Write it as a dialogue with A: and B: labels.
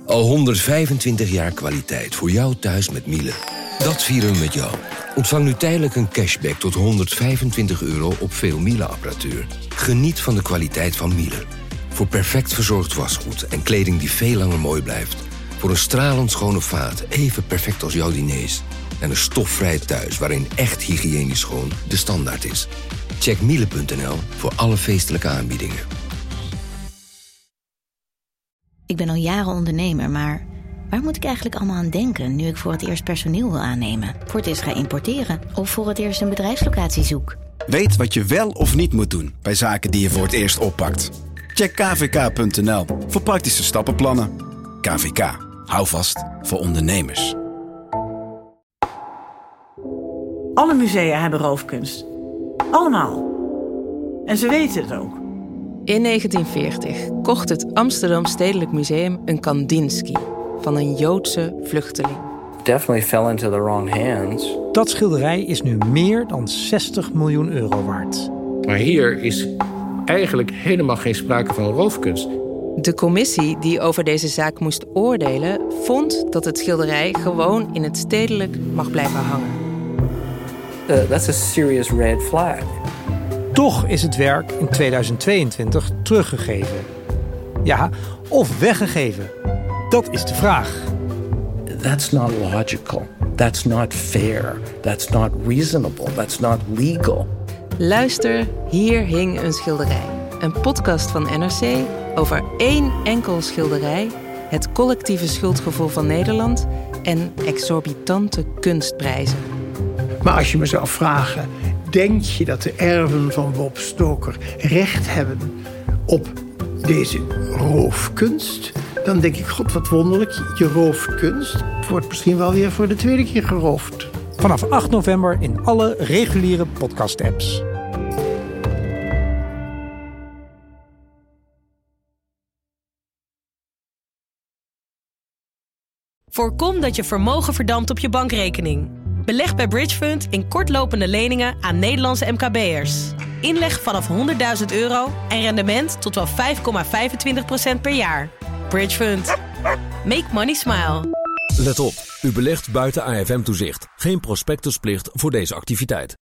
A: Al 125 jaar kwaliteit voor jou thuis met Miele. Dat vieren we met jou. Ontvang nu tijdelijk een cashback tot €125 op veel Miele-apparatuur. Geniet van de kwaliteit van Miele. Voor perfect verzorgd wasgoed en kleding die veel langer mooi blijft. Voor een stralend schone vaat, even perfect als jouw diners. En een stofvrij thuis waarin echt hygiënisch schoon de standaard is. Check miele.nl voor alle feestelijke aanbiedingen.
B: Ik ben al jaren ondernemer, maar waar moet ik eigenlijk allemaal aan denken nu ik voor het eerst personeel wil aannemen, voor het eerst ga importeren of voor het eerst een bedrijfslocatie zoek?
C: Weet wat je wel of niet moet doen bij zaken die je voor het eerst oppakt. Check kvk.nl voor praktische stappenplannen. KVK, hou vast voor ondernemers.
D: Alle musea hebben roofkunst. Allemaal. En ze weten het ook.
E: In 1940 kocht het Amsterdam Stedelijk Museum een Kandinsky van een Joodse vluchteling.
F: Definitely fell into the wrong hands.
G: Dat schilderij is nu meer dan €60 miljoen waard.
H: Maar hier is eigenlijk helemaal geen sprake van roofkunst.
E: De commissie die over deze zaak moest oordelen vond dat het schilderij gewoon in het stedelijk mag blijven hangen.
F: That's a serious red flag.
G: Toch is het werk in 2022 teruggegeven. Ja, of weggegeven. Dat is de vraag.
F: That's not logical. That's not fair. That's not reasonable. That's not legal.
E: Luister, hier hing een schilderij. Een podcast van NRC over één enkel schilderij, het collectieve schuldgevoel van Nederland en exorbitante kunstprijzen.
I: Maar als je me zou vragen, denk je dat de erven van Bob Stoker recht hebben op deze roofkunst? Dan denk ik, god wat wonderlijk, je rooft kunst. Het wordt misschien wel weer voor de tweede keer geroofd.
G: Vanaf 8 november in alle reguliere podcast-apps.
J: Voorkom dat je vermogen verdampt op je bankrekening. Beleg bij Bridgefund in kortlopende leningen aan Nederlandse MKB'ers. Inleg vanaf €100.000 en rendement tot wel 5,25% per jaar. Bridgefund. Make money smile.
K: Let op, u belegt buiten AFM-toezicht. Geen prospectusplicht voor deze activiteit.